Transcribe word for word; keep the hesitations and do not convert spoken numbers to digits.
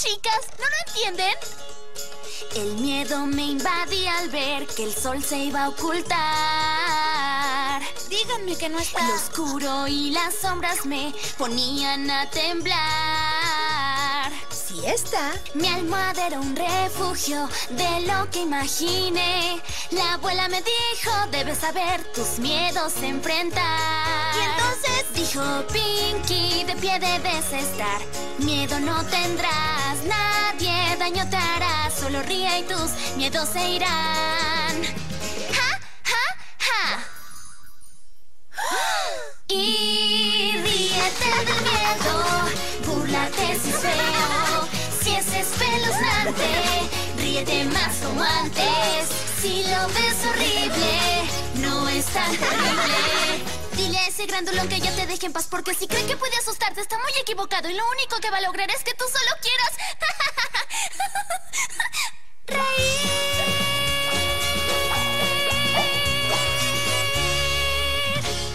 chicas? ¿No lo entienden? El miedo me invadía al ver que el sol se iba a ocultar. Díganme que no está. Lo oscuro y las sombras me ponían a temblar. Sí está. Mi almohada era un refugio de lo que imaginé. La abuela me dijo, debes saber tus miedos enfrentar. Y entonces dijo, Pinky, de pie debes estar. Miedo no tendrás, nadie daño te hará. Solo ríe y tus miedos se irán. ¡Ja, ja, ja! Y ríete del miedo, búrlate si es feo, si es espeluznante, ríete más como antes. Si lo ves horrible, no es tan terrible. Dile a ese grandulón que ya te deje en paz, porque si cree que puede asustarte está muy equivocado y lo único que va a lograr es que tú solo quieras